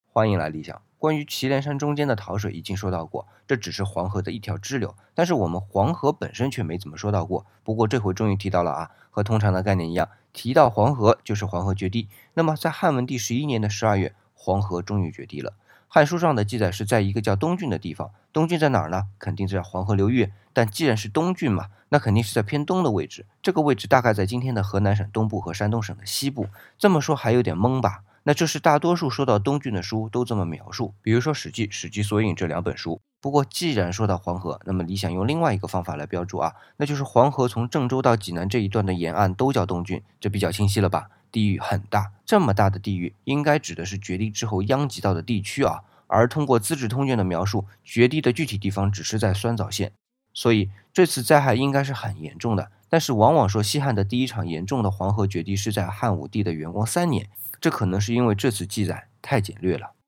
欢迎来理想。关于祁连山中间的桃水已经说到过，这只是黄河的一条支流，但是我们黄河本身却没怎么说到过。不过这回终于提到了啊，和通常的概念一样，提到黄河就是黄河决堤。那么在汉文帝11年的12月，黄河终于决堤了。汉书上的记载是在一个叫东郡的地方，东郡在哪儿呢？肯定在黄河流域，但既然是东郡嘛，那肯定是在偏东的位置，这个位置大概在今天的河南省东部和山东省的西部。这么说还有点懵吧？那这是大多数说到东郡的书都这么描述，比如说《史记》《史记索引》这两本书。不过既然说到黄河，那么理想用另外一个方法来标注啊，那就是黄河从郑州到济南这一段的沿岸都叫东郡，这比较清晰了吧？地域很大，这么大的地域应该指的是决堤之后殃及到的地区啊，而通过《资治通鉴》的描述，决堤的具体地方只是在酸枣县，所以这次灾害应该是很严重的。但是往往说西汉的第一场严重的黄河决堤是在汉武帝的元光3年，这可能是因为这次记载太简略了。